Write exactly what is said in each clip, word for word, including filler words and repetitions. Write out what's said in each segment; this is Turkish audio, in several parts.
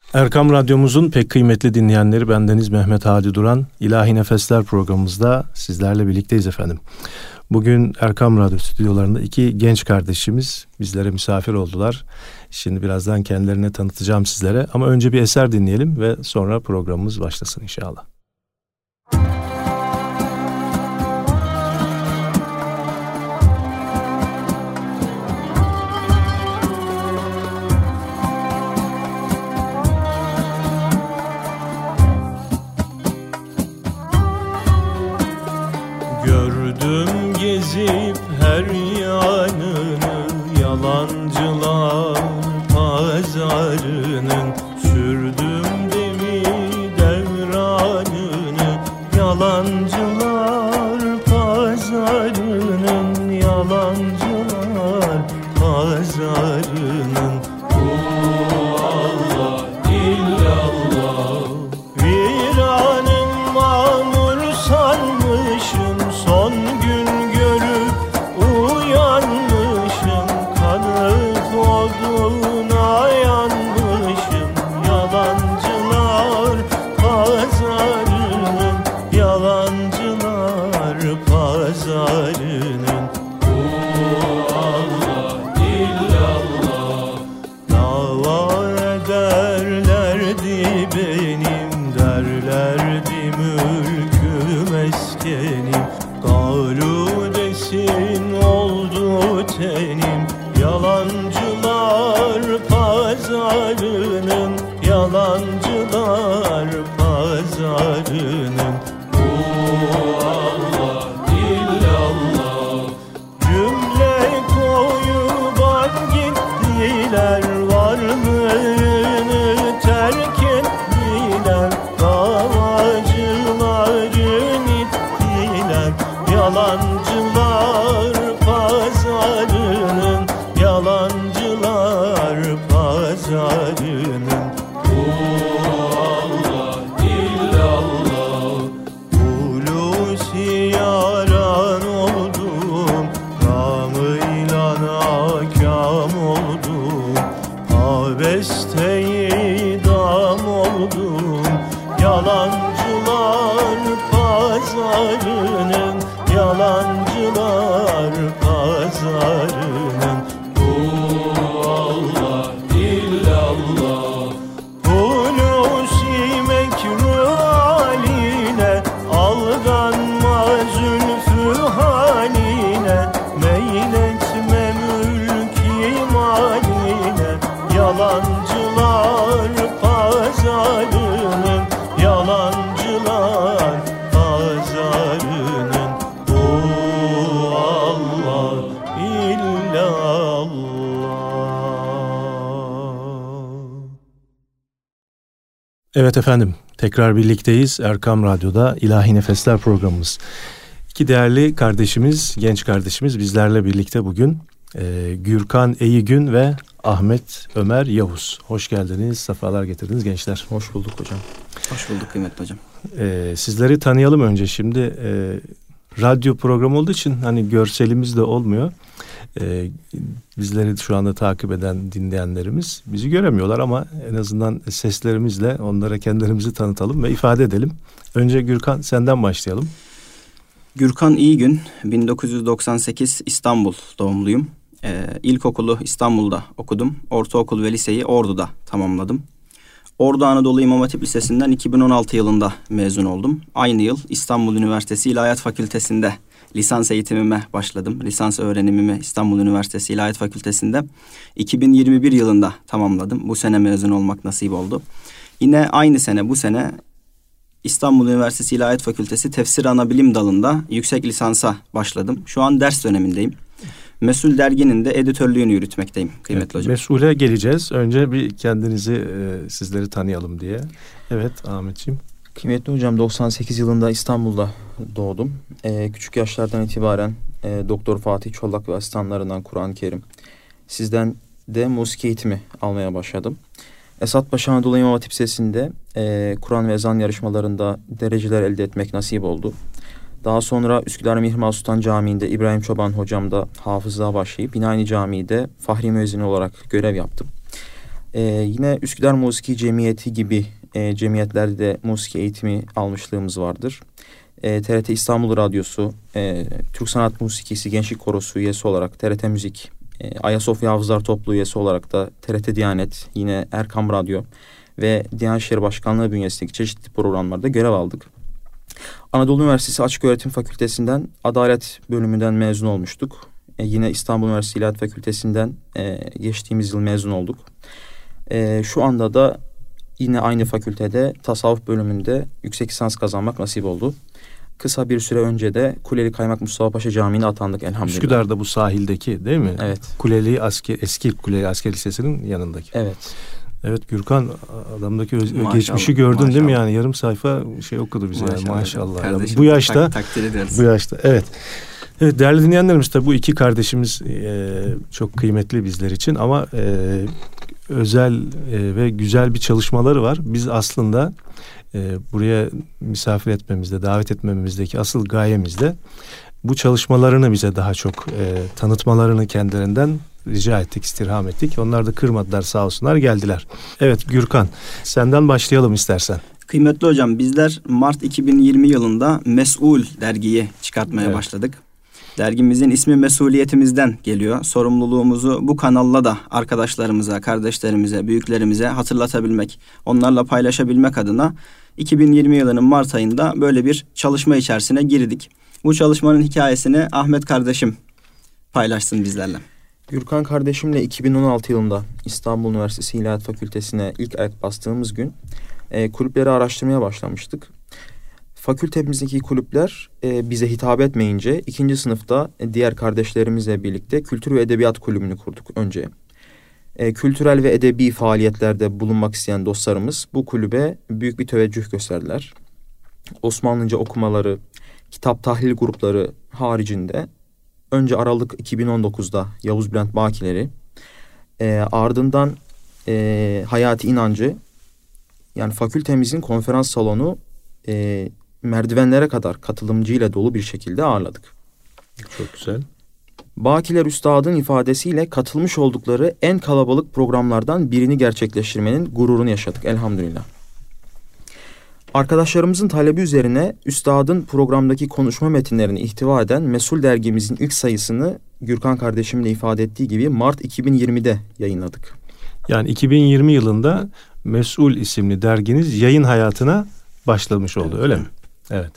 Erkam Radyomuzun pek kıymetli dinleyenleri, bendeniz Mehmet Hadi Duran, İlahi Nefesler programımızda sizlerle birlikteyiz efendim. Bugün Erkam Radyo stüdyolarında iki genç kardeşimiz bizlere misafir oldular. Şimdi birazdan kendilerini tanıtacağım sizlere ama önce bir eser dinleyelim ve sonra programımız başlasın inşallah. Gördüm gezip her yanını, yalancılar pazarının. Sürdüm demi devranını, yalancılar pazarının, yalancılar pazarının. Oh Allah, illallah. Viranım mamur sanmışım, son gün görüp uyanmışım. Kanıt oduna yanmışım, yalancılar pazarının, yalancılar pazarının. Oh Allah, illallah. Dava ederlerdi benim, derlerdi mülküm eskenim. Galu desin oldu tenim, yalancılar pazarının, yalancılar pazarının. Oh Allah, illallah. Cümle koyuban gittiler, varlığını terk ettiler. Davacıların ittiler, yalancılar pazarının, yalancılar pazarının. Oh Allah, illallah. Hulusi yaran oldum, namıyla nakam oldum. Abeste-i idam oldum, yalancılar pazarının, yalancılar pazarının. Oh Allah, illallah. Hulusi mekruh haline, aldanma zülfü haline. Meyletme mülki maline, yalancılar pazarının, yalancılar pazarının. Oh Allah, illallah. Evet efendim, tekrar birlikteyiz. Erkam Radyo'da İlahi Nefesler programımız. İki değerli kardeşimiz, genç kardeşimiz bizlerle birlikte bugün. Ee, Gürkan Eygün ve Ahmet Ömer Yavuz. Hoş geldiniz, sefalar getirdiniz gençler. Hoş bulduk hocam. Hoş bulduk kıymetli hocam. Ee, sizleri tanıyalım önce. Şimdi e, radyo programı olduğu için hani görselimiz de olmuyor. Ee, bizleri şu anda takip eden dinleyenlerimiz bizi göremiyorlar ama en azından seslerimizle onlara kendilerimizi tanıtalım ve ifade edelim. Önce Gürkan, senden başlayalım. Gürkan İyigün, bin dokuz yüz doksan sekiz İstanbul doğumluyum. Ee, ilkokulu İstanbul'da okudum. Ortaokul ve liseyi Ordu'da tamamladım. Ordu Anadolu İmam Hatip Lisesi'nden iki bin on altı yılında mezun oldum. Aynı yıl İstanbul Üniversitesi İlahiyat Fakültesi'nde lisans eğitimime başladım. Lisans öğrenimimi İstanbul Üniversitesi İlahiyat Fakültesi'nde iki bin yirmi bir yılında tamamladım. Bu sene mezun olmak nasip oldu. Yine aynı sene, bu sene İstanbul Üniversitesi İlahiyat Fakültesi Tefsir Anabilim dalında yüksek lisansa başladım. Şu an ders dönemindeyim. Mesul Dergi'nin de editörlüğünü yürütmekteyim kıymetli evet, hocam. Mesul'e geleceğiz. Önce bir kendinizi, e, sizleri tanıyalım diye. Evet Ahmetciğim. Kıymetli hocam, doksan sekiz yılında İstanbul'da doğdum. Ee, küçük yaşlardan itibaren e, Doktor Fatih Çolak ve asistanlarından Kur'an-ı Kerim. Sizden de musiki eğitimi almaya başladım. Esatpaşa Anadolu İmam Hatip Lisesi'nde e, Kur'an ve ezan yarışmalarında dereceler elde etmek nasip oldu. Daha sonra Üsküdar Mihrimah Sultan Camii'nde İbrahim Çoban hocamda hafızlığa başlayıp yine aynı camide Fahri Müezzin olarak görev yaptım. Ee, yine Üsküdar Musiki Cemiyeti gibi e, cemiyetlerde de musiki eğitimi almışlığımız vardır. E, T R T İstanbul Radyosu, e, Türk Sanat Musikisi Gençlik Korosu üyesi olarak T R T Müzik, e, Ayasofya Hafızlar Topluluğu üyesi olarak da T R T Diyanet, yine Erkam Radyo ve Diyanet İşleri Başkanlığı bünyesindeki çeşitli programlarda görev aldık. Anadolu Üniversitesi Açıköğretim Fakültesinden Adalet bölümünden mezun olmuştuk. E, yine İstanbul Üniversitesi İlahiyat Fakültesinden e, geçtiğimiz yıl mezun olduk. E, şu anda da yine aynı fakültede tasavvuf bölümünde yüksek lisans kazanmak nasip oldu. Kısa bir süre önce de Kuleli Kaymak Mustafa Paşa Camii'ne atandık elhamdülillah. Üsküdar'da bu sahildeki değil mi? Evet. Kuleli asker, eski Kuleli Asker Lisesi'nin yanındaki. Evet. Evet Gürkan, adamdaki öz- Maşallah, geçmişi gördün maşallah. değil mi yani? Yarım sayfa şey okudu bize Maşallah. yani maşallah. Kardeşim, Bu yaşta tak- takdir ederiz. bu yaşta evet. Evet değerli dinleyenlerimiz, tabii bu iki kardeşimiz e, çok kıymetli bizler için ama e, özel e, ve güzel bir çalışmaları var. Biz aslında e, buraya misafir etmemizde, davet etmemizdeki asıl gayemiz de bu çalışmalarını bize daha çok e, tanıtmalarını kendilerinden rica ettik, istirham ettik. Onlar da kırmadılar, sağ olsunlar, geldiler. Evet Gürkan, senden başlayalım istersen. Kıymetli hocam, bizler Mart iki bin yirmi yılında Mesul dergiyi çıkartmaya Evet. başladık. Dergimizin ismi mesuliyetimizden geliyor. Sorumluluğumuzu bu kanalla da arkadaşlarımıza, kardeşlerimize, büyüklerimize hatırlatabilmek, onlarla paylaşabilmek adına iki bin yirmi yılının Mart ayında böyle bir çalışma içerisine girdik. Bu çalışmanın hikayesini Ahmet kardeşim paylaşsın bizlerle. Gürkan kardeşimle iki bin on altı yılında İstanbul Üniversitesi İlahiyat Fakültesi'ne ilk ayak bastığımız gün e, kulüpleri araştırmaya başlamıştık. Fakültemizdeki kulüpler e, bize hitap etmeyince ikinci sınıfta e, diğer kardeşlerimizle birlikte Kültür ve Edebiyat Kulübü'nü kurduk önce. E, kültürel ve edebi faaliyetlerde bulunmak isteyen dostlarımız bu kulübe büyük bir teveccüh gösterdiler. Osmanlıca okumaları, kitap tahlil grupları haricinde önce Aralık iki bin on dokuzda Yavuz Bülent Bakileri, e, ardından e, Hayati İnancı, yani fakültemizin konferans salonu e, merdivenlere kadar katılımcıyla dolu bir şekilde ağırladık. Çok güzel. Bakiler Üstad'ın ifadesiyle katılmış oldukları en kalabalık programlardan birini gerçekleştirmenin gururunu yaşadık elhamdülillah. Arkadaşlarımızın talebi üzerine Üstad'ın programdaki konuşma metinlerini ihtiva eden Mesul dergimizin ilk sayısını Gürkan kardeşimin de ifade ettiği gibi Mart iki bin yirmide yayınladık. Yani iki bin yirmi yılında Mesul isimli derginiz yayın hayatına başlamış oldu, Evet, öyle evet. mi? Evet.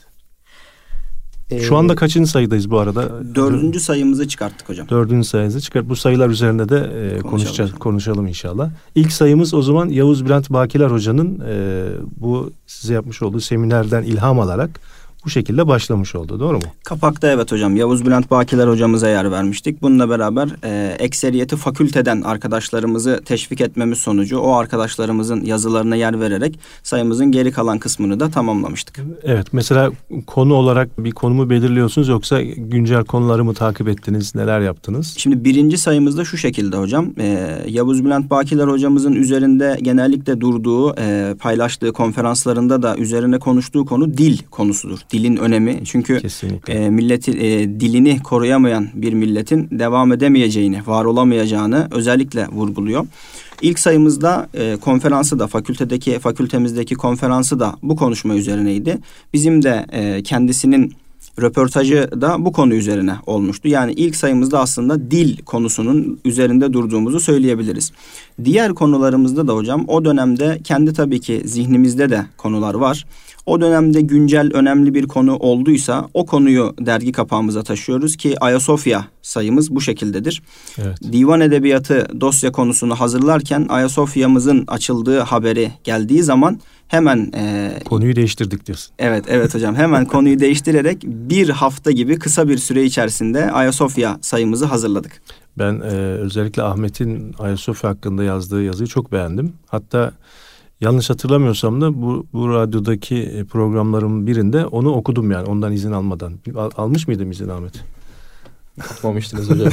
Ee, Şu anda kaçıncı sayıdayız bu arada? Dördüncü sayımızı çıkarttık hocam. Dördüncü sayımızı çıkart. Bu sayılar üzerinde de e, konuşacağız, hocam. konuşalım inşallah. İlk sayımız o zaman Yavuz Bülent Bakiler Hoca'nın e, bu size yapmış olduğu seminerden ilham alarak bu şekilde başlamış oldu. Doğru mu? Kapakta evet hocam Yavuz Bülent Bakiler hocamıza yer vermiştik. Bununla beraber e, ekseriyeti fakülteden arkadaşlarımızı teşvik etmemiz sonucu o arkadaşlarımızın yazılarına yer vererek sayımızın geri kalan kısmını da tamamlamıştık. Evet. Mesela konu olarak bir konumu belirliyorsunuz yoksa güncel konuları mı takip ettiniz? Neler yaptınız? Şimdi birinci sayımızda şu şekilde hocam. E, Yavuz Bülent Bakiler hocamızın üzerinde genellikle durduğu, e, paylaştığı konferanslarında da üzerine konuştuğu konu dil konusudur. Dilin önemi. Çünkü Kesinlikle. e, milleti e, dilini koruyamayan bir milletin devam edemeyeceğini, var olamayacağını özellikle vurguluyor. İlk sayımızda e, konferansı da fakültedeki fakültemizdeki konferansı da bu konuşma üzerineydi. Bizim de e, kendisinin röportajı da bu konu üzerine olmuştu. Yani ilk sayımızda aslında dil konusunun üzerinde durduğumuzu söyleyebiliriz. Diğer konularımızda da hocam o dönemde kendi tabii ki zihnimizde de konular var. O dönemde güncel önemli bir konu olduysa o konuyu dergi kapağımıza taşıyoruz ki Ayasofya sayımız bu şekildedir. Evet. Divan Edebiyatı dosya konusunu hazırlarken Ayasofya'mızın açıldığı haberi geldiği zaman hemen e, Konuyu değiştirdik diyorsun. evet evet hocam hemen konuyu değiştirerek bir hafta gibi kısa bir süre içerisinde Ayasofya sayımızı hazırladık. Ben e, özellikle Ahmet'in Ayasofya hakkında yazdığı yazıyı çok beğendim. Hatta yanlış hatırlamıyorsam da bu, bu radyodaki programların birinde onu okudum yani ondan izin almadan. Al, almış mıydım izin Ahmet? Yapmamıştınız hocam.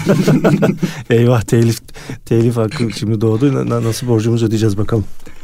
Eyvah telif, telif hakkı şimdi doğdu. Na, nasıl borcumuzu ödeyeceğiz bakalım.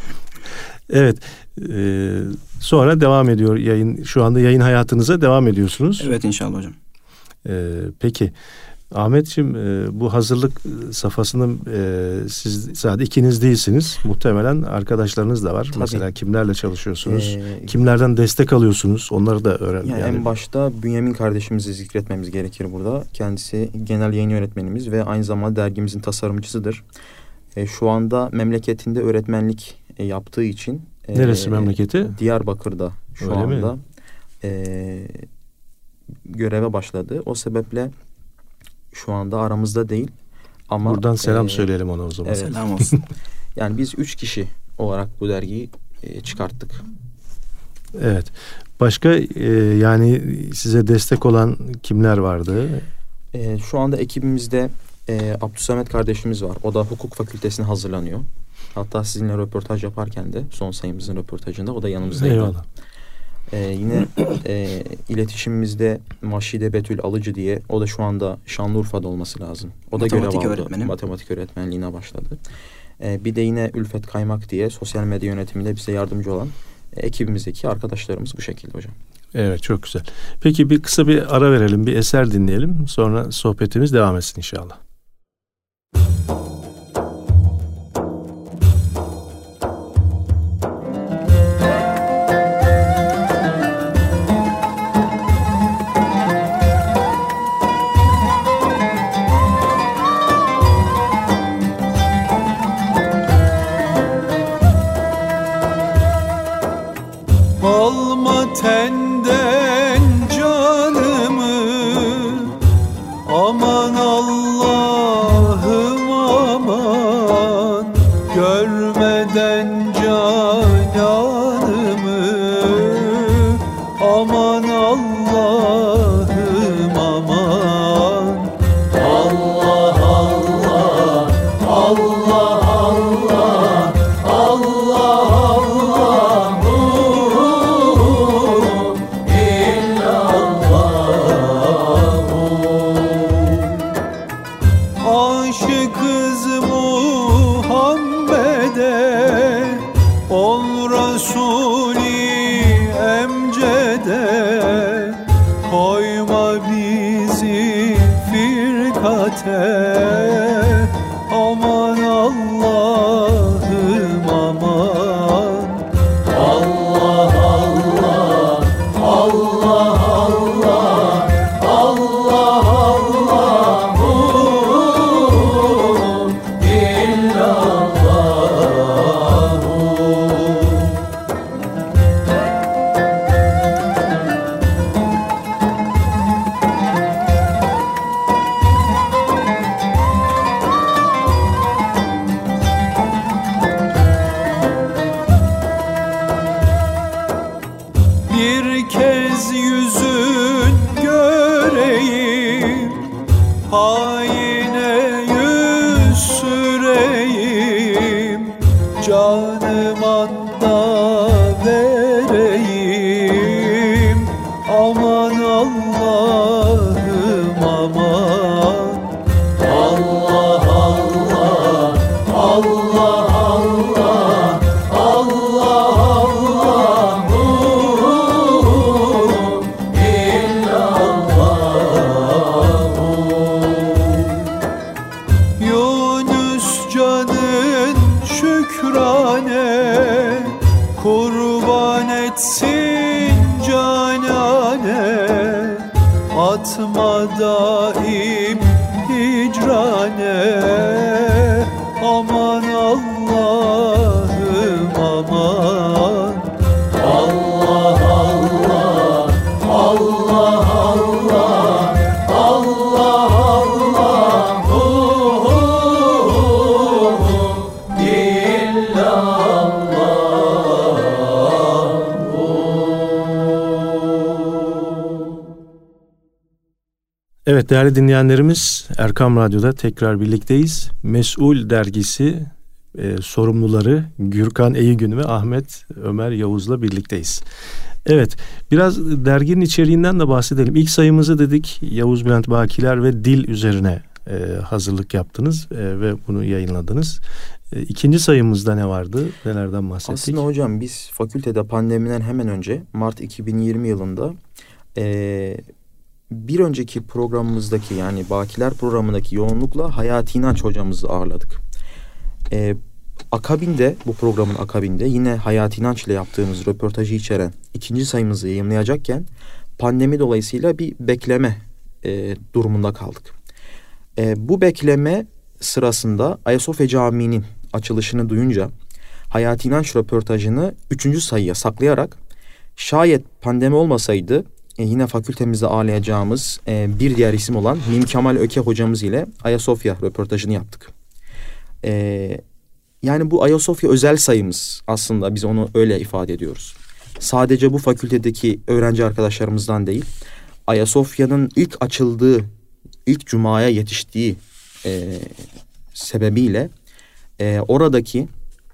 Evet. E, sonra devam ediyor yayın. Şu anda yayın hayatınıza devam ediyorsunuz. Evet inşallah hocam. E, peki. Ahmetciğim, e, bu hazırlık safhasının e, siz sadece ikiniz değilsiniz. Muhtemelen arkadaşlarınız da var. Tabii. Mesela kimlerle çalışıyorsunuz? Ee, Kimlerden destek alıyorsunuz? Onları da öğren. Yani, yani en başta Bünyamin kardeşimizi zikretmemiz gerekir burada. Kendisi genel yayın yönetmenimiz ve aynı zamanda dergimizin tasarımcısıdır. E, şu anda memleketinde öğretmenlik e, yaptığı için. E, Neresi memleketi? Diyarbakır'da şu Öyle anda e, göreve başladı. O sebeple şu anda aramızda değil. Ama buradan selam e, söyleyelim ona o zaman. Evet. Selam olsun. Yani biz üç kişi olarak bu dergiyi e, çıkarttık. Evet. Başka e, yani size destek olan kimler vardı? E, şu anda ekibimizde e, Abdüsamet kardeşimiz var. O da hukuk fakültesine hazırlanıyor. Hatta sizinle röportaj yaparken de son sayımızın röportajında o da yanımızdaydı. Eyvallah. E, yine e, iletişimimizde Maşide Betül Alıcı diye, o da şu anda Şanlıurfa'da olması lazım. O da Matematik görev aldı. öğretmeni. Matematik öğretmenliğine başladı. E, bir de yine Ülfet Kaymak diye sosyal medya yönetiminde bize yardımcı olan e, ekibimizdeki arkadaşlarımız bu şekilde hocam. Evet, çok güzel. Peki bir kısa bir ara verelim, bir eser dinleyelim. Sonra sohbetimiz devam etsin inşallah. Alma tenden canımı, aman Allah'ım aman, görmeden cananımı, aman Allah'ım aman. Allah Allah, Allah Allah, Allah Allah. Aşıkız Muhammed'e, ol Resul-i Emced'e, koyma bizi firkate, aman Allah'ım aman. Allah Allah, Allah Allah, Allah Allah. Bir kez yüzün göreyim, haine yüz süreyim, canıma da vereyim, aman Allah'ım aman. Allah Allah, Allah Allah, Allah Allah. Yunus canın şükrane, kurban etsin canane, atma daim hicrane, aman Allah'ım aman. Allah Allah, Allah Allah, Allah Allah. Evet değerli dinleyenlerimiz, Erkam Radyo'da tekrar birlikteyiz. Mesul dergisi e, sorumluları Gürkan Eygün ve Ahmet Ömer Yavuz'la birlikteyiz. Evet, biraz derginin içeriğinden de bahsedelim. İlk sayımızı dedik, Yavuz Bülent Bakiler ve dil üzerine e, hazırlık yaptınız e, ve bunu yayınladınız. E, ikinci sayımızda ne vardı? Nelerden bahsettik? Aslında hocam biz fakültede pandemiden hemen önce Mart iki bin yirmi yılında e, bir önceki programımızdaki yani Bakiler programındaki yoğunlukla Hayati İnanç hocamızı ağırladık. Ee, akabinde bu programın akabinde yine Hayati İnanç ile yaptığımız röportajı içeren ikinci sayımızı yayımlayacakken pandemi dolayısıyla bir bekleme e, durumunda kaldık. E, bu bekleme sırasında Ayasofya Camii'nin açılışını duyunca Hayati İnanç röportajını üçüncü sayıya saklayarak şayet pandemi olmasaydı e, yine fakültemizde ağırlayacağımız e, bir diğer isim olan Mim Kemal Öke hocamız ile Ayasofya röportajını yaptık. E, yani bu Ayasofya özel sayımız aslında, biz onu öyle ifade ediyoruz. Sadece bu fakültedeki öğrenci arkadaşlarımızdan değil, Ayasofya'nın ilk açıldığı, ilk cumaya yetiştiği e, sebebiyle e, oradaki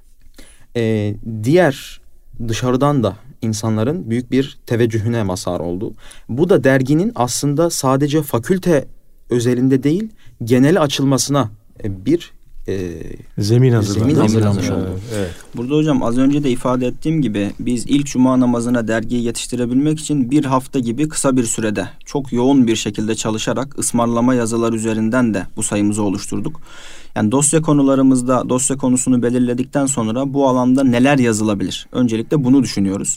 e, diğer dışarıdan da insanların büyük bir teveccühüne mazhar oldu. Bu da derginin aslında sadece fakülte özelinde değil, genel açılmasına e, bir e, zemin hazırlamış, zemin hazırlamış oldu. Evet. Burada hocam az önce de ifade ettiğim gibi biz ilk cuma namazına dergiyi yetiştirebilmek için bir hafta gibi kısa bir sürede çok yoğun bir şekilde çalışarak ısmarlama yazılar üzerinden de bu sayımızı oluşturduk. Yani dosya konularımızda dosya konusunu belirledikten sonra bu alanda neler yazılabilir? Öncelikle bunu düşünüyoruz.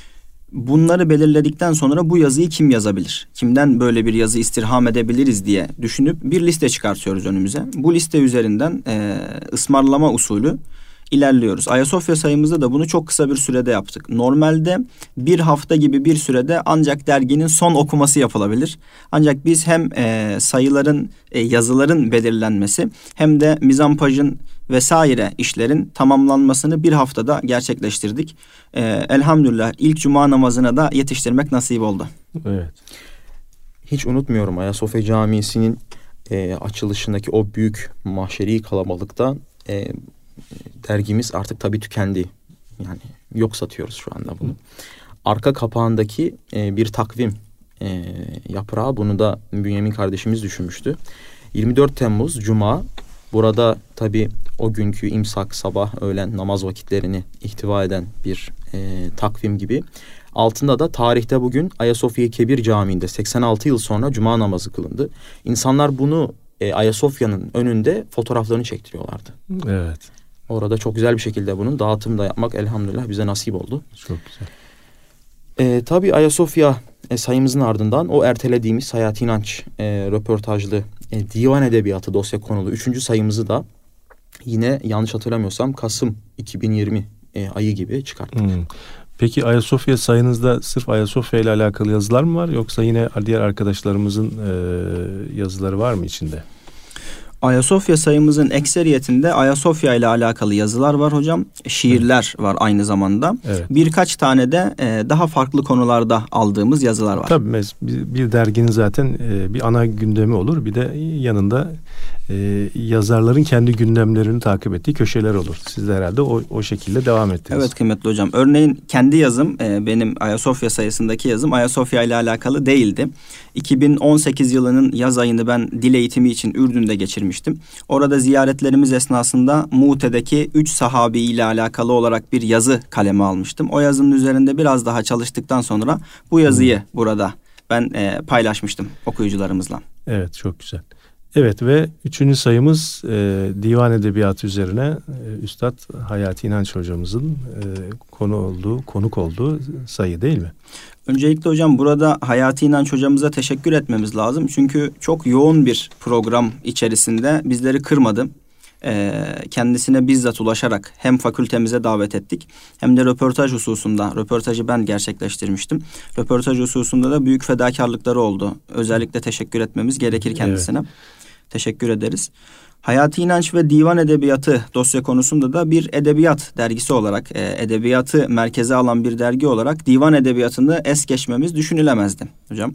Bunları belirledikten sonra bu yazıyı kim yazabilir? Kimden böyle bir yazı istirham edebiliriz diye düşünüp bir liste çıkartıyoruz önümüze. Bu liste üzerinden e, ısmarlama usulü ilerliyoruz. Ayasofya sayımızda da bunu çok kısa bir sürede yaptık. Normalde bir hafta gibi bir sürede ancak derginin son okuması yapılabilir. Ancak biz hem e, sayıların, e, yazıların belirlenmesi hem de mizampajın vesaire işlerin tamamlanmasını bir haftada gerçekleştirdik. E, elhamdülillah ilk cuma namazına da yetiştirmek nasip oldu. Evet. Hiç unutmuyorum Ayasofya Camii'sinin e, açılışındaki o büyük mahşeri kalabalıkta e, dergimiz artık tabii tükendi. Yani yok satıyoruz şu anda bunu. Arka kapağındaki e, bir takvim e, yaprağı, bunu da Bünyamin kardeşimiz düşünmüştü. yirmi dört Temmuz Cuma. Burada tabii o günkü imsak, sabah, öğlen namaz vakitlerini ihtiva eden bir e, takvim gibi. Altında da tarihte bugün Ayasofya Kebir Camii'nde seksen altı yıl sonra Cuma namazı kılındı. İnsanlar bunu e, Ayasofya'nın önünde fotoğraflarını çektiriyorlardı. Evet. Orada çok güzel bir şekilde bunun dağıtımını da yapmak elhamdülillah bize nasip oldu. Çok güzel. E, tabii Ayasofya e, sayımızın ardından o ertelediğimiz Hayati İnanç e, röportajlı e, divan edebiyatı dosya konulu üçüncü sayımızı da yine yanlış hatırlamıyorsam Kasım iki bin yirmi e, ayı gibi çıkarttık. Hmm. Peki Ayasofya sayınızda sırf Ayasofya ile alakalı yazılar mı var, yoksa yine diğer arkadaşlarımızın e, yazıları var mı içinde? Ayasofya sayımızın ekseriyetinde Ayasofya ile alakalı yazılar var hocam. Şiirler var aynı zamanda. Evet. Birkaç tane de e, daha farklı konularda aldığımız yazılar var. Tabii bir, bir derginin zaten e, bir ana gündemi olur. Bir de yanında e, yazarların kendi gündemlerini takip ettiği köşeler olur. Siz de herhalde o, o şekilde devam ettiniz. Evet kıymetli hocam. Örneğin kendi yazım, e, benim Ayasofya sayısındaki yazım Ayasofya ile alakalı değildi. iki bin on sekiz yılının yaz ayını ben dil eğitimi için Ürdün'de geçirmiştim. Orada ziyaretlerimiz esnasında Mute'deki üç sahabi ile alakalı olarak bir yazı kaleme almıştım. O yazının üzerinde biraz daha çalıştıktan sonra bu yazıyı hmm. burada ben e, paylaşmıştım okuyucularımızla. Evet, çok güzel. Evet ve üçüncü sayımız e, divan edebiyatı üzerine e, Üstad Hayati İnanç hocamızın e, konu olduğu, konuk olduğu sayı değil mi? Öncelikle hocam burada Hayati İnanç hocamıza teşekkür etmemiz lazım. Çünkü çok yoğun bir program içerisinde bizleri kırmadı. Ee, kendisine bizzat ulaşarak hem fakültemize davet ettik hem de röportaj hususunda, röportajı ben gerçekleştirmiştim. Röportaj hususunda da büyük fedakarlıkları oldu. Özellikle teşekkür etmemiz gerekir kendisine. Evet. Teşekkür ederiz. Hayati İnanç ve Divan Edebiyatı dosya konusunda da bir edebiyat dergisi olarak, e, edebiyatı merkeze alan bir dergi olarak divan edebiyatını es geçmemiz düşünülemezdi hocam.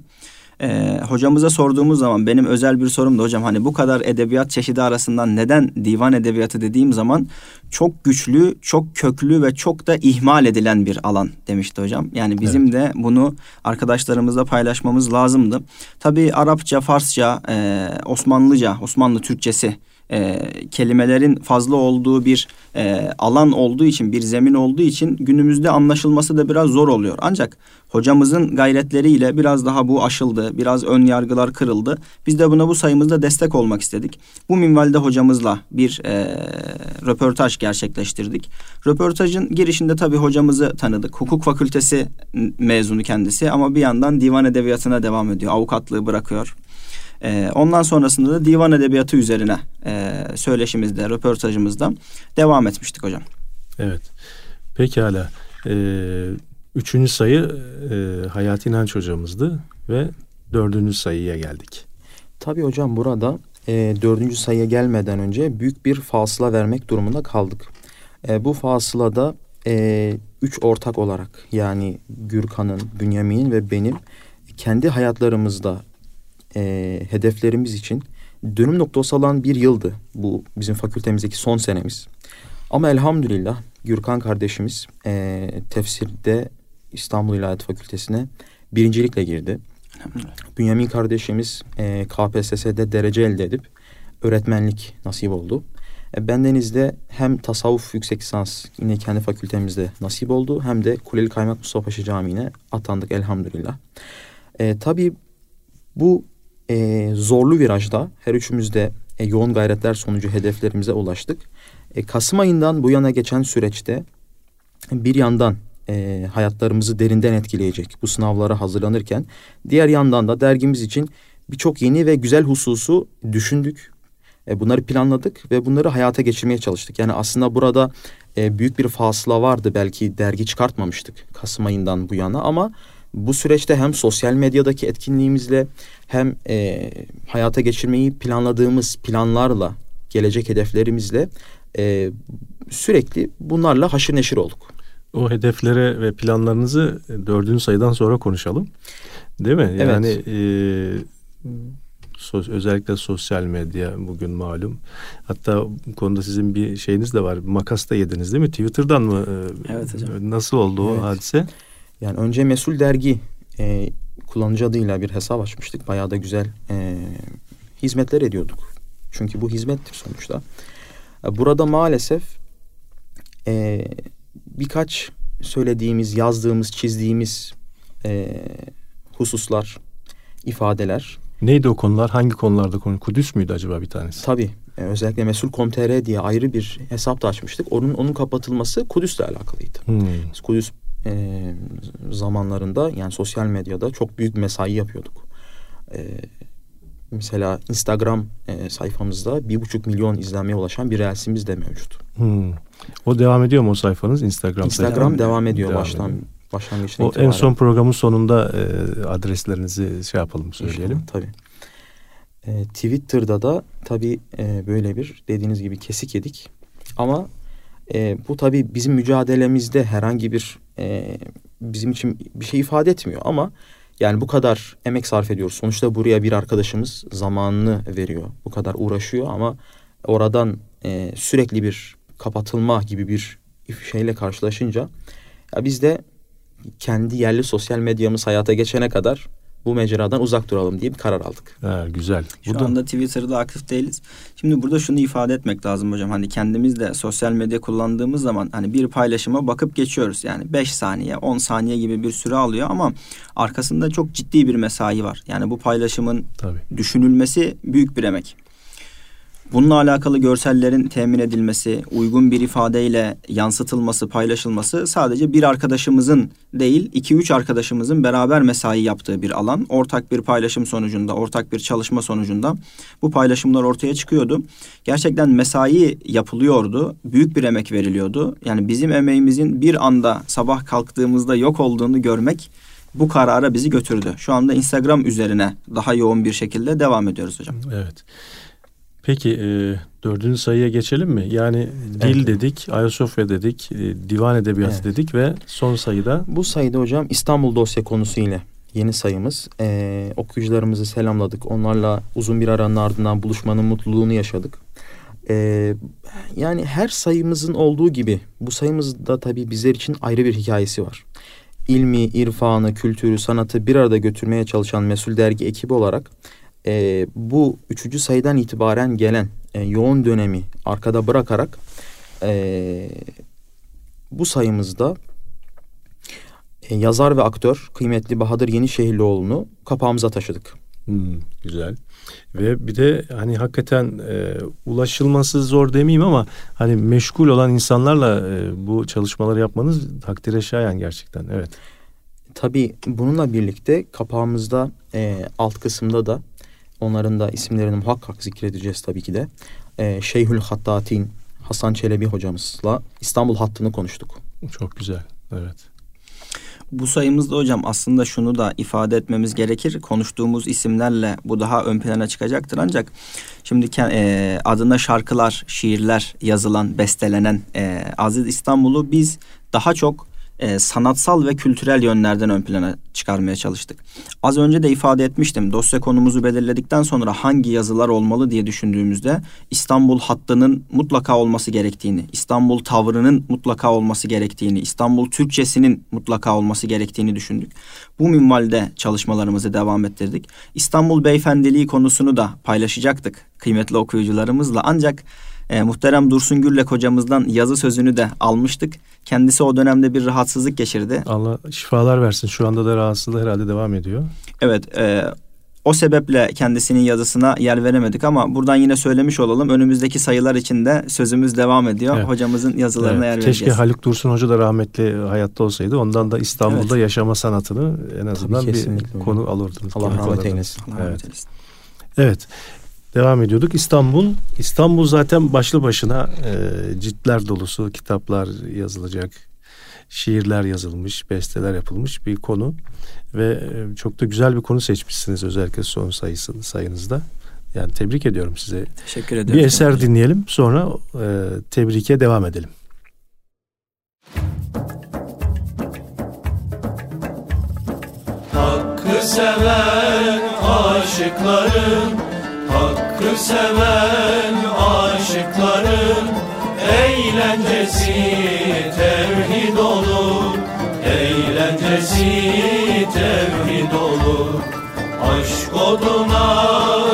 E, hocamıza sorduğumuz zaman benim özel bir sorum da hocam hani bu kadar edebiyat çeşidi arasından neden divan edebiyatı dediğim zaman çok güçlü, çok köklü ve çok da ihmal edilen bir alan demişti hocam. Yani bizim evet. de bunu arkadaşlarımızla paylaşmamız lazımdı. Tabii Arapça, Farsça, e, Osmanlıca, Osmanlı Türkçesi e, kelimelerin fazla olduğu bir e, alan olduğu için, bir zemin olduğu için günümüzde anlaşılması da biraz zor oluyor. Ancak hocamızın gayretleriyle biraz daha bu aşıldı, biraz ön yargılar kırıldı. Biz de buna bu sayımızda destek olmak istedik. Bu minvalde hocamızla bir e, röportaj gerçekleştirdik. Röportajın girişinde tabii hocamızı tanıdık. Hukuk fakültesi mezunu kendisi ama bir yandan divan edebiyatına devam ediyor. Avukatlığı bırakıyor. Ee, ondan sonrasında da divan edebiyatı üzerine e, söyleşimizde, röportajımızda devam etmiştik hocam. Evet. Pekala. Ee, üçüncü sayı e, Hayati İnanç hocamızdı ve dördüncü sayıya geldik. Tabii hocam burada e, dördüncü sayıya gelmeden önce büyük bir fasıla vermek durumunda kaldık. E, bu fasılada e, üç ortak olarak, yani Gürkan'ın, Bünyamin'in ve benim kendi hayatlarımızda e, hedeflerimiz için dönüm noktası olan bir yıldı. Bu bizim fakültemizdeki son senemiz. Ama elhamdülillah Gürkan kardeşimiz e, tefsirde İstanbul İlahiyat Fakültesi'ne birincilikle girdi. Bünyamin kardeşimiz e, K P S S'de derece elde edip öğretmenlik nasip oldu. E, bendenizde hem tasavvuf yüksek lisans yine kendi fakültemizde nasip oldu, hem de Kuleli Kaymak Mustafa Paşa Camii'ne atandık elhamdülillah. E, tabii bu e, zorlu virajda her üçümüz de e, yoğun gayretler sonucu hedeflerimize ulaştık. E, Kasım ayından bu yana geçen süreçte bir yandan e, hayatlarımızı derinden etkileyecek bu sınavlara hazırlanırken, diğer yandan da dergimiz için birçok yeni ve güzel hususu düşündük. E, bunları planladık ve bunları hayata geçirmeye çalıştık. Yani aslında burada e, büyük bir fasıla vardı. Belki dergi çıkartmamıştık Kasım ayından bu yana, ama bu süreçte hem sosyal medyadaki etkinliğimizle hem e, hayata geçirmeyi planladığımız planlarla, gelecek hedeflerimizle e, sürekli bunlarla haşır neşir olduk. O hedeflere ve planlarınızı dördüncü sayıdan sonra konuşalım. Değil mi? Evet. Yani e, sos, özellikle sosyal medya bugün malum. Hatta bu konuda sizin bir şeyiniz de var. Makas da yediniz değil mi? Twitter'dan mı? Evet hocam. Nasıl oldu Evet. o hadise? Yani önce Mesul Dergi e, kullanıcı adıyla bir hesap açmıştık. Bayağı da güzel e, hizmetler ediyorduk. Çünkü bu hizmettir sonuçta. Burada maalesef e, birkaç söylediğimiz, yazdığımız, çizdiğimiz e, hususlar, ifadeler. Neydi o konular? Hangi konularda konu? Kudüs müydü acaba bir tanesi? Tabii. E, özellikle mesul nokta com nokta tr diye ayrı bir hesap da açmıştık. Onun onun kapatılması Kudüs'le alakalıydı. Hmm. Kudüs e, zamanlarında, yani sosyal medyada çok büyük mesai yapıyorduk. E, mesela Instagram e, sayfamızda bir buçuk milyon izlenmeye ulaşan bir reelsimiz de mevcut. Hmm. O devam ediyor mu o sayfanız? Instagram Instagram sayfanız? devam ediyor devam baştan. ediyor. Başlangıçtan O itibaren. en son programın sonunda e, adreslerinizi şey yapalım, söyleyelim. İnşallah, tabii. E, Twitter'da da tabii e, böyle bir dediğiniz gibi kesik yedik. Ama e, bu tabii bizim mücadelemizde herhangi bir e, bizim için bir şey ifade etmiyor. Ama yani bu kadar emek sarf ediyoruz. Sonuçta buraya bir arkadaşımız zamanını veriyor. Bu kadar uğraşıyor ama oradan e, sürekli bir kapatılma gibi bir şeyle karşılaşınca ya biz de kendi yerli sosyal medyamız hayata geçene kadar bu mecradan uzak duralım diye bir karar aldık. Ha, güzel. Şu Bu da... anda Twitter'da aktif değiliz. Şimdi burada şunu ifade etmek lazım hocam. Hani kendimiz de sosyal medya kullandığımız zaman hani bir paylaşıma bakıp geçiyoruz. Yani beş saniye, on saniye gibi bir süre alıyor ama arkasında çok ciddi bir mesai var. Yani bu paylaşımın Tabii. düşünülmesi büyük bir emek. Bununla alakalı görsellerin temin edilmesi, uygun bir ifadeyle yansıtılması, paylaşılması sadece bir arkadaşımızın değil, iki üç arkadaşımızın beraber mesai yaptığı bir alan. Ortak bir paylaşım sonucunda, ortak bir çalışma sonucunda bu paylaşımlar ortaya çıkıyordu. Gerçekten mesai yapılıyordu, büyük bir emek veriliyordu. Yani bizim emeğimizin bir anda sabah kalktığımızda yok olduğunu görmek bu karara bizi götürdü. Şu anda Instagram üzerine daha yoğun bir şekilde devam ediyoruz hocam. Evet. Peki e, dördüncü sayıya geçelim mi? Yani dil Evet. dedik, Ayasofya dedik, e, divan edebiyatı Evet. dedik ve son sayıda... Bu sayıda hocam İstanbul dosya konusu ile yeni sayımız. Ee, okuyucularımızı selamladık. Onlarla uzun bir aranın ardından buluşmanın mutluluğunu yaşadık. Ee, yani her sayımızın olduğu gibi bu sayımızda tabii bizler için ayrı bir hikayesi var. İlmi, irfanı, kültürü, sanatı bir arada götürmeye çalışan Mesul Dergi ekibi olarak e, bu üçüncü sayıdan itibaren gelen e, yoğun dönemi arkada bırakarak e, bu sayımızda e, yazar ve aktör kıymetli Bahadır Yenişehirlioğlu'nu kapağımıza taşıdık. Hmm, güzel. Ve bir de hani hakikaten e, ulaşılması zor demeyeyim ama hani meşgul olan insanlarla e, bu çalışmaları yapmanız takdire şayan gerçekten. Evet. Tabii bununla birlikte kapağımızda e, alt kısımda da onların da isimlerini muhakkak zikredeceğiz tabii ki de. E, Şeyhül Hattatin Hasan Çelebi hocamızla İstanbul hattını konuştuk. Çok güzel. Evet. Bu sayımızda hocam aslında şunu da ifade etmemiz gerekir. Konuştuğumuz isimlerle bu daha ön plana çıkacaktır. Ancak şimdi e, adına şarkılar, şiirler yazılan, bestelenen e, Aziz İstanbul'u biz daha çok e, sanatsal ve kültürel yönlerden ön plana çıkarmaya çalıştık. Az önce de ifade etmiştim. Dosya konumuzu belirledikten sonra hangi yazılar olmalı diye düşündüğümüzde İstanbul hattının mutlaka olması gerektiğini, İstanbul tavrının mutlaka olması gerektiğini, İstanbul Türkçesinin mutlaka olması gerektiğini düşündük. Bu minvalde çalışmalarımızı devam ettirdik. İstanbul Beyefendiliği konusunu da paylaşacaktık kıymetli okuyucularımızla. Ancak E, muhterem Dursun Gürlek hocamızdan yazı sözünü de almıştık. Kendisi o dönemde bir rahatsızlık geçirdi. Allah şifalar versin. Şu anda da rahatsızlığı herhalde devam ediyor. Evet, e, o sebeple kendisinin yazısına yer veremedik ama buradan yine söylemiş olalım. Önümüzdeki sayılar için de sözümüz devam ediyor. Evet. Hocamızın yazılarına evet. yer vereceğiz. Keşke Haluk Dursun Hoca da rahmetli hayatta olsaydı. Ondan da İstanbul'da evet. yaşama sanatını en azından bir konu alırdınız. Allah rahmet eylesin. Allah rahmet eylesin. Evet. Devam ediyorduk. İstanbul. İstanbul zaten başlı başına e, ciltler dolusu kitaplar yazılacak, şiirler yazılmış, besteler yapılmış bir konu ve e, çok da güzel bir konu seçmişsiniz özellikle son sayısı sayınızda. Yani tebrik ediyorum size. Teşekkür ederim. Bir eser dinleyelim, sonra e, tebrike devam edelim. Hakkı seven aşıkların, Hakkı seven aşıkların eğlencesi tevhid olur, eğlencesi tevhid olur. Aşk oduna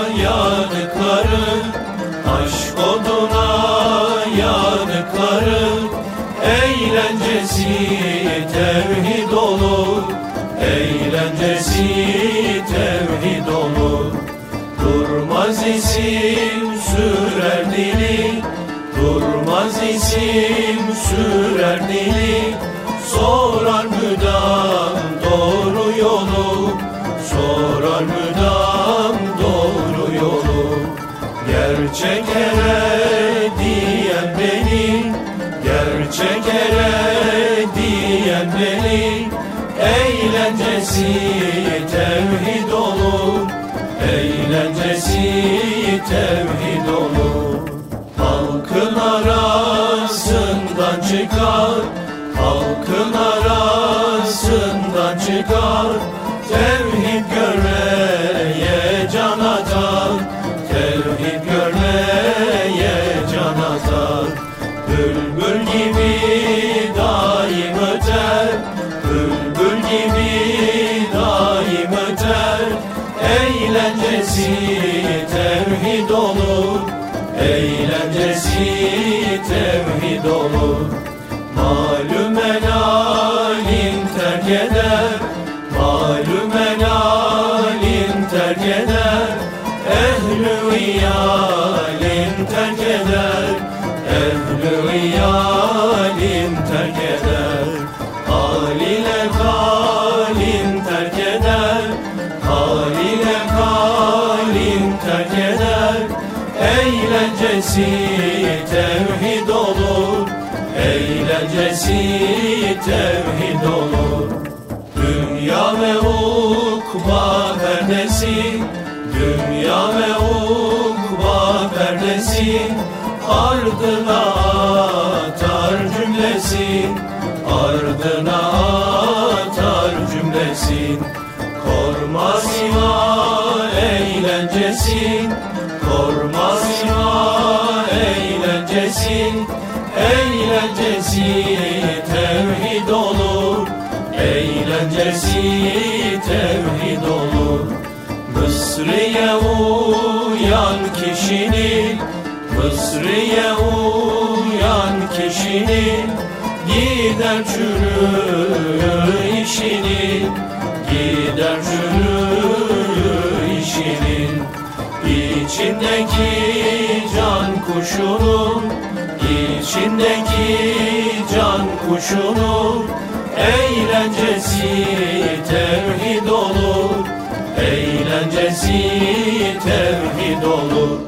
yanıkların, aşk oduna yanıkların eğlencesi tevhid olur, eğlencesi tevhid olur. Durmaz isim sürer dili, durmaz isim sürer dili. Sorar müdam doğru yolu, sorar müdam doğru yolu. Gerçek ere diyen beni, gerçek ere diyen beni. Eğlencesi tevhid olur, eğlencesi tevhid olur. Halkın arasından çıkar, halkın arasından çıkar. Tevhid görmeye can atar, tevhid görmeye can atar. Bülbül gibi daim öter, bülbül gibi daim öter. Eğlencesi tevhid olur, eğlencesi tevhid olur. Malum helalin terk eder, malum helalin terk eder. Ehl-i iyalin terk eder, ehl-i iyalin terk eder. Hal ile kalin terk eder, hal ile kalin terk eder. Eğlencesi tevhid olur, eğlencesi tevhid olur. Dünya ve ukba perdesi, dünya ve ukba perdesi. Ardına atar cümlesin, ardına atar cümlesin. Kormaz ima eğlencesin, kormaz ima eğlencesin. Eğlencesi tevhid olur, eğlencesi tevhid olur. Mısır Mısri'ye uyan kişinin, Mısri'ye uyan kişinin, gider çürü işinin, gider çürü işinin. İçindeki can kuşunun, içindeki can kuşunun, eğlencesi tevhid olur, eğlencesi tevhid olur.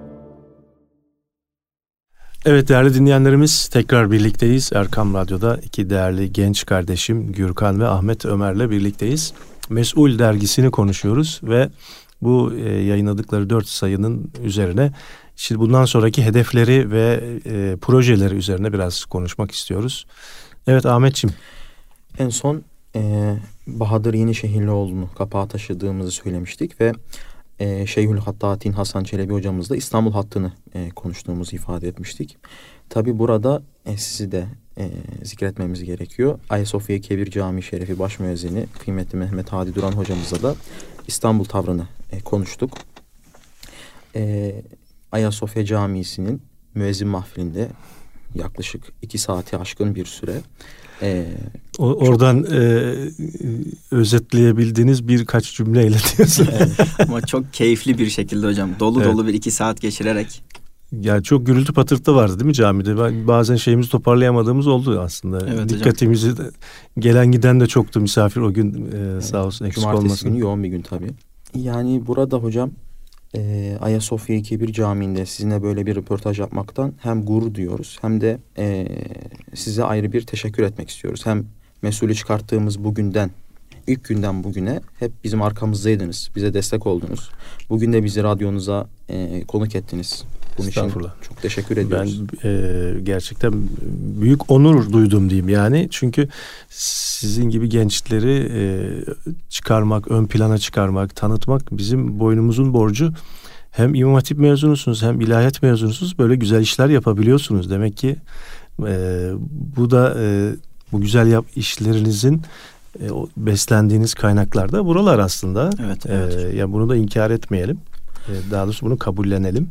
Evet değerli dinleyenlerimiz, tekrar birlikteyiz. Erkam Radyo'da iki değerli genç kardeşim Gürkan ve Ahmet Ömer'le birlikteyiz. Mesul dergisini konuşuyoruz ve bu e, yayınladıkları dört sayının üzerine şimdi bundan sonraki hedefleri ve e, projeleri üzerine biraz konuşmak istiyoruz. Evet Ahmetciğim. En son e, Bahadır Yenişehirlioğlu'nu kapağa taşıdığımızı söylemiştik ve e, Şeyhülhattatin Hasan Çelebi hocamızla İstanbul hattını e, konuştuğumuzu ifade etmiştik. Tabi burada e, sizi de e, zikretmemiz gerekiyor. Ayasofya Kebir Camii Şerefi Baş Müezzini kıymetli Mehmet Hadi Duran hocamızla da İstanbul tavrını e, konuştuk. E, Ayasofya Camii'sinin müezzin mahfilinde yaklaşık iki saati aşkın bir süre e, o, oradan çok, e, özetleyebildiğiniz birkaç cümleyle diyorsun. Evet, ama çok keyifli bir şekilde hocam. Dolu evet. dolu bir iki saat geçirerek. Yani çok gürültü patırtı vardı değil mi camide? Bazen şeyimizi toparlayamadığımız oldu aslında. Evet, dikkatimizi de, gelen giden de çoktu, misafir o gün e, evet, sağ olsun eksik olmasın. Cumartesi günü yoğun bir gün tabii. Yani burada hocam e, Ayasofya Kebir Camii'nde sizinle böyle bir röportaj yapmaktan hem gurur duyuyoruz hem de e, size ayrı bir teşekkür etmek istiyoruz. Hem mesulü çıkarttığımız bugünden, ilk günden bugüne hep bizim arkamızdaydınız. Bize destek oldunuz. Bugün de bizi radyonuza e, konuk ettiniz. Bunun için çok teşekkür ediyoruz. Ben e, gerçekten büyük onur duydum diyeyim yani. Çünkü sizin gibi gençleri e, çıkarmak, ön plana çıkarmak, tanıtmak bizim boynumuzun borcu. Hem İmam Hatip mezunusunuz hem ilahiyat mezunusunuz. Böyle güzel işler yapabiliyorsunuz. Demek ki e, bu da e, bu güzel yap işlerinizin e, o beslendiğiniz kaynaklar da buralar aslında. Evet, evet. E, yani bunu da inkar etmeyelim. E, daha doğrusu bunu kabullenelim.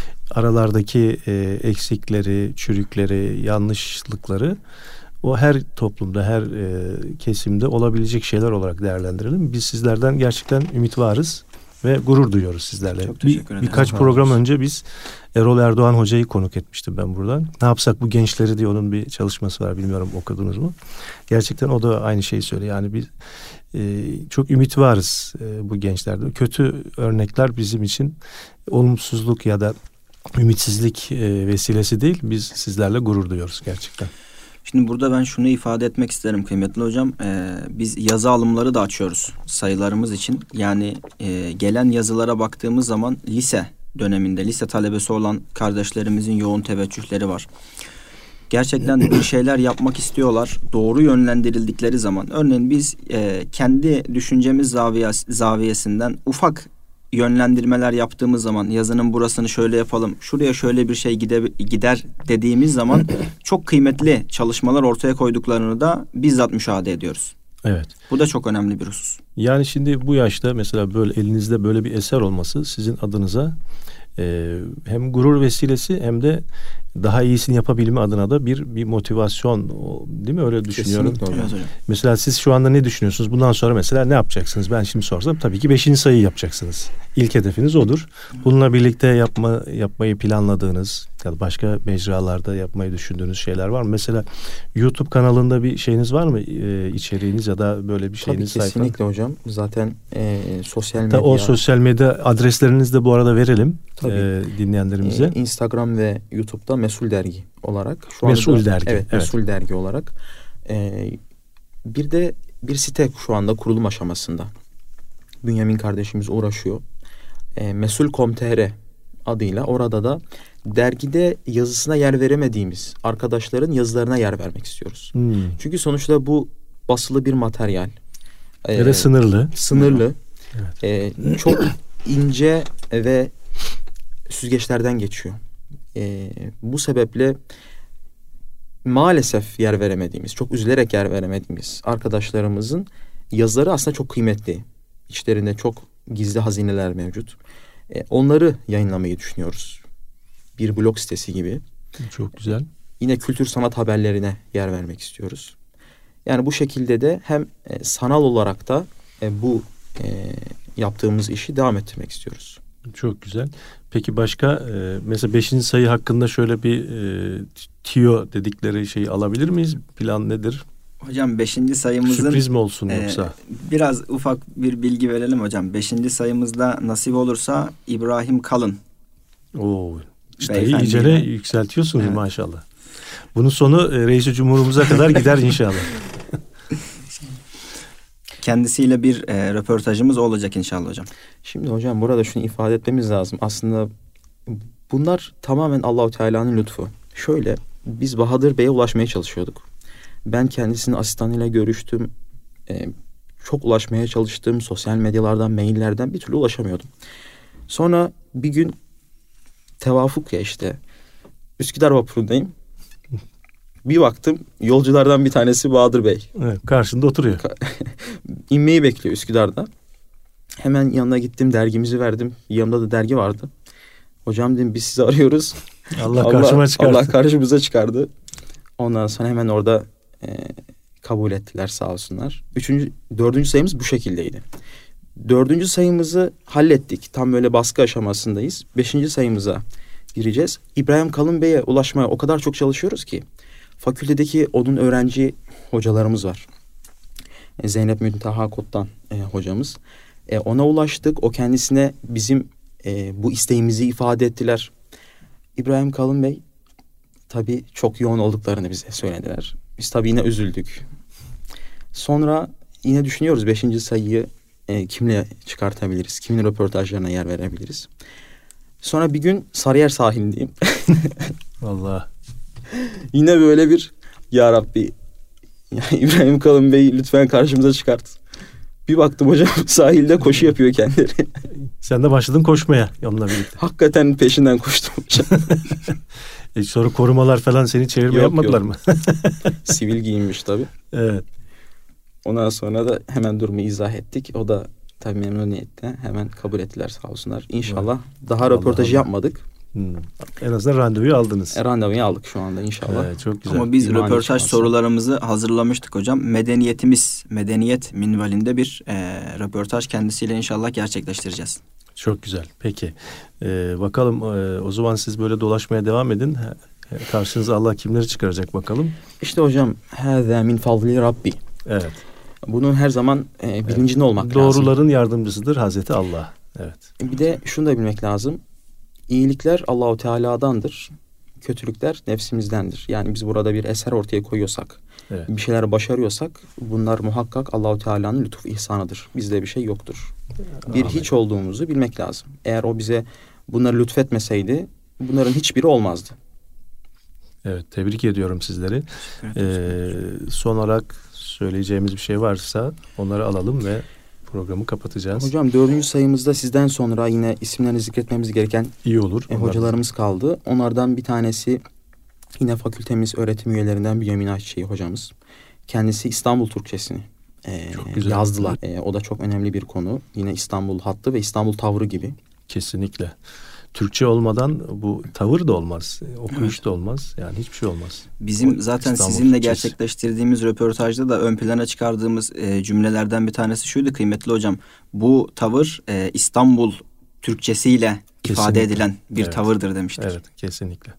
Aralardaki e, eksikleri, çürükleri, yanlışlıkları o her toplumda, her e, kesimde olabilecek şeyler olarak değerlendirelim. Biz sizlerden gerçekten ümit varız ve gurur duyuyoruz sizlerle. Çok teşekkür ederim. Bir, birkaç program önce biz Erol Erdoğan Hoca'yı konuk etmiştim ben buradan. Ne yapsak bu gençleri diye onun bir çalışması var. Bilmiyorum okudunuz mu? Gerçekten o da aynı şeyi söylüyor. Yani biz e, çok ümit varız e, bu gençlerde. Kötü örnekler bizim için olumsuzluk ya da ümitsizlik e, vesilesi değil. Biz sizlerle gurur duyuyoruz gerçekten. Şimdi burada ben şunu ifade etmek isterim kıymetli hocam. Ee, biz yazı alımları da açıyoruz sayılarımız için. Yani e, gelen yazılara baktığımız zaman lise döneminde, lise talebesi olan kardeşlerimizin yoğun teveccühleri var. Gerçekten bir şeyler yapmak istiyorlar. Doğru yönlendirildikleri zaman. Örneğin biz e, kendi düşüncemiz zaviyes, zaviyesinden ufak yönlendirmeler yaptığımız zaman yazının burasını şöyle yapalım, şuraya şöyle bir şey gide, gider dediğimiz zaman çok kıymetli çalışmalar ortaya koyduklarını da bizzat müşahede ediyoruz. Evet. Bu da çok önemli bir husus. Yani şimdi bu yaşta mesela böyle elinizde böyle bir eser olması sizin adınıza e, hem gurur vesilesi hem de daha iyisini yapabilme adına da bir bir motivasyon, değil mi? Öyle düşünüyorum. Evet, mesela siz şu anda ne düşünüyorsunuz? Bundan sonra mesela ne yapacaksınız? Ben şimdi sorsam tabii ki beşinci sayıyı yapacaksınız. İlk hedefiniz odur. Bununla birlikte yapma yapmayı planladığınız ya da başka mecralarda yapmayı düşündüğünüz şeyler var mı? Mesela YouTube kanalında bir şeyiniz var mı? Ee, içeriğiniz ya da böyle bir şeyiniz? Tabii kesinlikle sayfa? Hocam. Zaten e, sosyal medya. O sosyal medya adreslerinizi de bu arada verelim e, dinleyenlerimize. E, Instagram ve YouTube'da Mesul Dergi olarak. Şu Mesul anda, Dergi. Evet, evet. Mesul Dergi olarak. E, bir de bir site şu anda kurulum aşamasında. Bünyamin kardeşimiz uğraşıyor. E, mesul nokta com nokta tr adıyla orada da dergide yazısına yer veremediğimiz arkadaşların yazılarına yer vermek istiyoruz. Hmm. Çünkü sonuçta bu basılı bir materyal. Ve ee, sınırlı. Sınırlı. Evet. Ee, çok ince ve süzgeçlerden geçiyor. Ee, bu sebeple maalesef yer veremediğimiz, çok üzülerek yer veremediğimiz arkadaşlarımızın yazıları aslında çok kıymetli. İçlerinde çok gizli hazineler mevcut. E, onları yayınlamayı düşünüyoruz. Bir blog sitesi gibi. Çok güzel. Yine kültür sanat haberlerine yer vermek istiyoruz. Yani bu şekilde de hem e, sanal olarak da e, bu e, yaptığımız işi devam ettirmek istiyoruz. Çok güzel. Peki başka e, mesela beşinci sayı hakkında şöyle bir e, tiyo dedikleri şeyi alabilir miyiz? Plan nedir? Hocam beşinci sayımızın... Sürpriz mi olsun e, yoksa? Biraz ufak bir bilgi verelim hocam. Beşinci sayımızda nasip olursa İbrahim Kalın. Oo, çıtayı iyice yükseltiyorsunuz evet. Maşallah. Bunun sonu e, Reis-i Cumhurumuza kadar gider inşallah. Kendisiyle bir e, röportajımız olacak inşallah hocam. Şimdi hocam burada şunu ifade etmemiz lazım. Aslında bunlar tamamen Allahu Teala'nın lütfu. Şöyle, biz Bahadır Bey'e ulaşmaya çalışıyorduk. Ben kendisinin asistanıyla görüştüm. E, çok ulaşmaya çalıştım. Sosyal medyalardan, maillerden bir türlü ulaşamıyordum. Sonra bir gün tevafuk ya işte Üsküdar vapurundayım. Bir baktım yolculardan bir tanesi Bahadır Bey. Evet, karşında oturuyor. İnmeyi bekliyor Üsküdar'da. Hemen yanına gittim, dergimizi verdim. Yanımda da dergi vardı. Hocam dedim biz sizi arıyoruz. Allah, Allah karşıma çıkardı. Allah karşımıza çıkardı. Ondan sonra hemen orada e, kabul ettiler sağ olsunlar. Üçüncü, dördüncü sayımız bu şekildeydi. Dördüncü sayımızı hallettik. Tam böyle baskı aşamasındayız. Beşinci sayımıza gireceğiz. İbrahim Kalın Bey'e ulaşmaya o kadar çok çalışıyoruz ki. Fakültedeki onun öğrenci hocalarımız var. Zeynep Müntaha Kot'tan e, hocamız. E, ona ulaştık. O kendisine bizim e, bu isteğimizi ifade ettiler. İbrahim Kalın Bey tabii çok yoğun olduklarını bize söylediler. Biz tabii yine üzüldük. Sonra yine düşünüyoruz beşinci sayıyı e, kimle çıkartabiliriz? Kimin röportajlarına yer verebiliriz? Sonra bir gün Sarıyer sahilindeyim. Vallahi. Yine böyle bir ya Rabbi ya İbrahim Kalın Bey lütfen karşımıza çıkart. Bir baktım hocam sahilde koşu yapıyor kendileri. Sen de başladın koşmaya onunla birlikte. Hakikaten peşinden koştum hocam. e sonra korumalar falan seni çevirme yok, yapmadılar yok. mı? Sivil giyinmiş tabii. Evet. Ondan sonra da hemen durumu izah ettik. O da tabii memnuniyetle hemen kabul ettiler sağ olsunlar. İnşallah evet. daha röportajı Allah. yapmadık. Hmm. En azından randevuyu aldınız. E, randevuyu aldık şu anda inşallah. Evet, çok güzel. Ama biz İmani röportaj çıkması. sorularımızı hazırlamıştık hocam. Medeniyetimiz, medeniyet minvalinde bir e, röportaj kendisiyle inşallah gerçekleştireceğiz. Çok güzel. Peki. Ee, bakalım e, o zaman siz böyle dolaşmaya devam edin. Karşınıza Allah kimleri çıkaracak bakalım. İşte hocam hâzâ min fadli Rabbi. Evet. Bunun her zaman e, bilincinde evet. olmak Doğruların lazım. Doğruların yardımcısıdır Hazreti Allah. Evet. Bir de şunu da bilmek lazım. İyilikler Allahu Teala'dandır. Kötülükler nefsimizdendir. Yani biz burada bir eser ortaya koyuyorsak, evet. bir şeyler başarıyorsak bunlar muhakkak Allahu Teala'nın lütuf ihsanıdır. Bizde bir şey yoktur. Bir Amin. hiç olduğumuzu bilmek lazım. Eğer o bize bunları lütfetmeseydi bunların hiçbiri olmazdı. Evet, tebrik ediyorum sizleri. Ee, son olarak söyleyeceğimiz bir şey varsa onları alalım ve programı kapatacağız. Hocam dördüncü sayımızda sizden sonra yine isimlerini zikretmemiz gereken iyi olur. E, hocalarımız kaldı. Onlardan bir tanesi yine fakültemiz öğretim üyelerinden Bünyamin Ayçiçeği hocamız. Kendisi İstanbul Türkçesini e, yazdılar. E, o da çok önemli bir konu. Yine İstanbul hattı ve İstanbul tavrı gibi. Kesinlikle. Türkçe olmadan bu tavır da olmaz, okuyuş evet. da olmaz. Yani hiçbir şey olmaz. Bizim o, zaten İstanbul sizinle Türkçesi. gerçekleştirdiğimiz röportajda da ön plana çıkardığımız e, cümlelerden bir tanesi şuydu kıymetli hocam. Bu tavır e, İstanbul Türkçesiyle kesinlikle. ifade edilen bir evet. tavırdır demiştik. Evet, kesinlikle.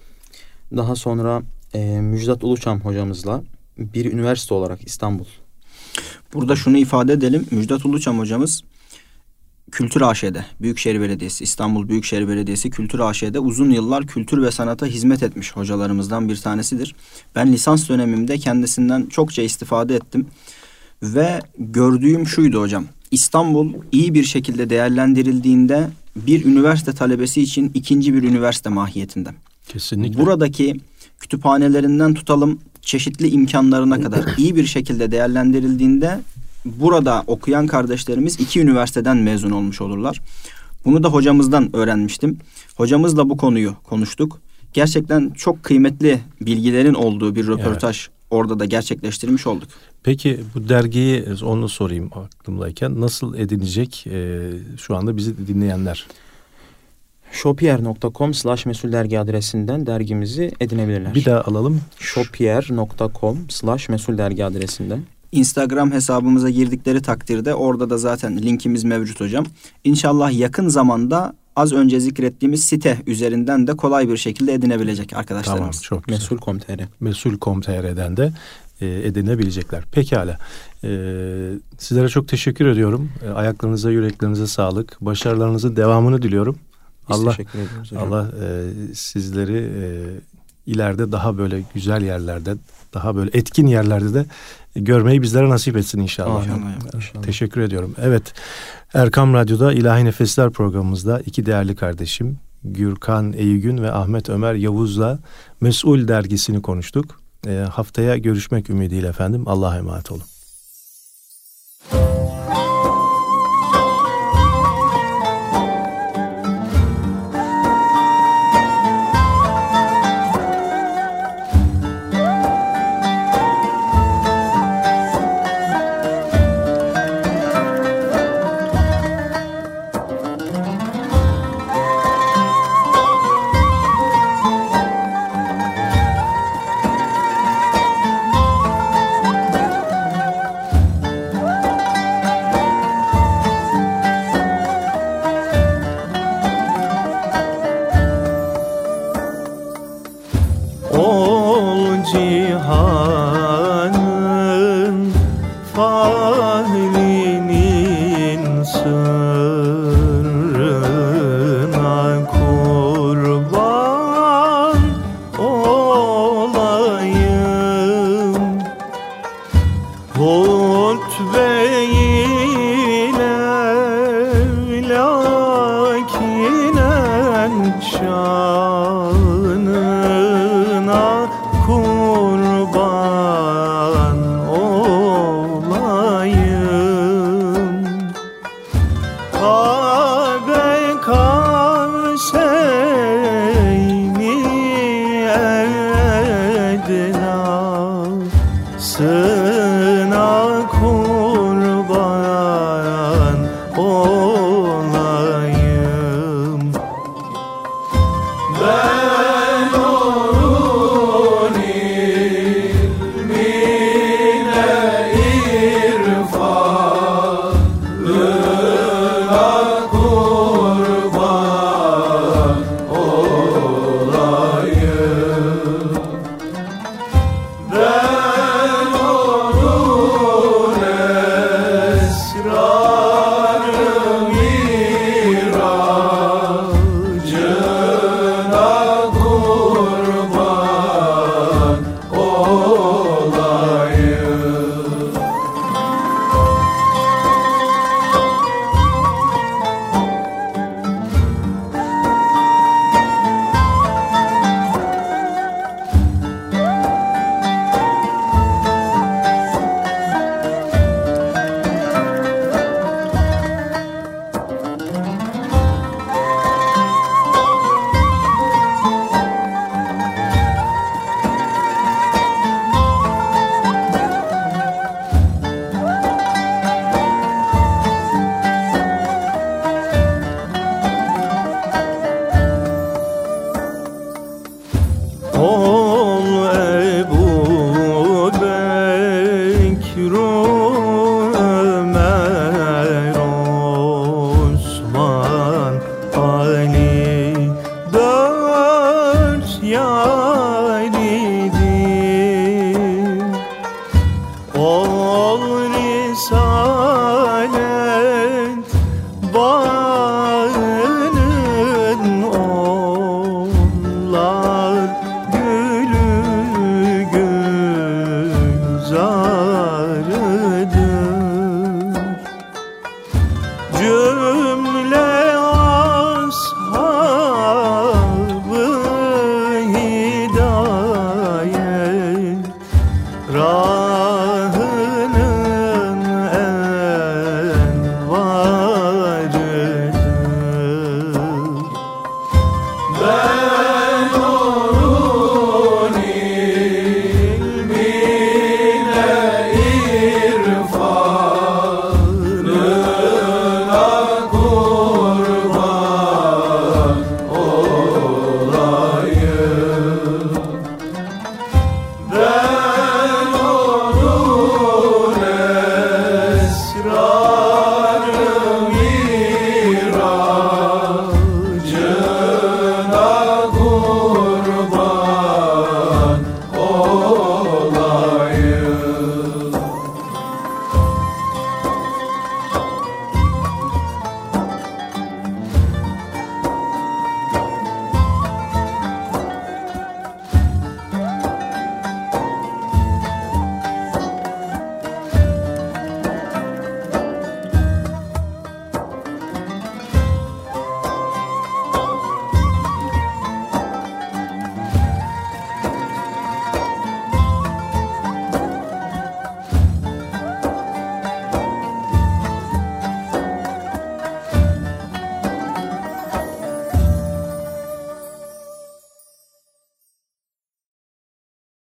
Daha sonra e, Müjdat Uluçam hocamızla bir üniversite olarak İstanbul. Burada şunu ifade edelim. Müjdat Uluçam hocamız Kültür A Ş'de, Büyükşehir Belediyesi, İstanbul Büyükşehir Belediyesi Kültür A Ş'de uzun yıllar kültür ve sanata hizmet etmiş hocalarımızdan bir tanesidir. Ben lisans dönemimde kendisinden çokça istifade ettim. Ve gördüğüm şuydu hocam. İstanbul iyi bir şekilde değerlendirildiğinde bir üniversite talebesi için ikinci bir üniversite mahiyetinde. Kesinlikle. Buradaki kütüphanelerinden tutalım çeşitli imkanlarına kadar iyi bir şekilde değerlendirildiğinde burada okuyan kardeşlerimiz iki üniversiteden mezun olmuş olurlar. Bunu da hocamızdan öğrenmiştim. Hocamızla bu konuyu konuştuk. Gerçekten çok kıymetli bilgilerin olduğu bir röportaj evet. orada da gerçekleştirmiş olduk. Peki bu dergiyi, onu sorayım aklımdayken, nasıl edinecek e, şu anda bizi dinleyenler? shopier nokta com slash mesul dergi adresinden dergimizi edinebilirler. Bir daha alalım. shopier nokta com slash mesul dergi adresinden. Instagram hesabımıza girdikleri takdirde orada da zaten linkimiz mevcut hocam. İnşallah yakın zamanda az önce zikrettiğimiz site üzerinden de kolay bir şekilde edinebilecek arkadaşlarımız. Tamam, çok güzel. mesul nokta com nokta tr mesul nokta com nokta tr'den de e, edinebilecekler. Pekala. E, sizlere çok teşekkür ediyorum. E, ayaklarınıza, yüreklerinize sağlık. Başarılarınızın devamını diliyorum. Biz Allah teşekkür ediyoruz hocam. Allah e, sizleri e, ileride daha böyle güzel yerlerde, daha böyle etkin yerlerde de görmeyi bizlere nasip etsin inşallah. İnşallah. İnşallah. Teşekkür ediyorum. Evet, Erkam Radyo'da İlahi Nefesler programımızda iki değerli kardeşim Gürkan Eygün ve Ahmet Ömer Yavuz'la Mesul dergisini konuştuk. E, haftaya görüşmek ümidiyle efendim. Allah'a emanet olun. cihanın fahrinin sırrına kurban olayım. Hutbe-i levlakinen şanına kurban olayım. Kabe Kavseyni ednasına kurban olayım. Ben onun ilmine irfanına kurban olayım. Ben onun esrarı miracına kurban olayım. Ol Ebu Bekir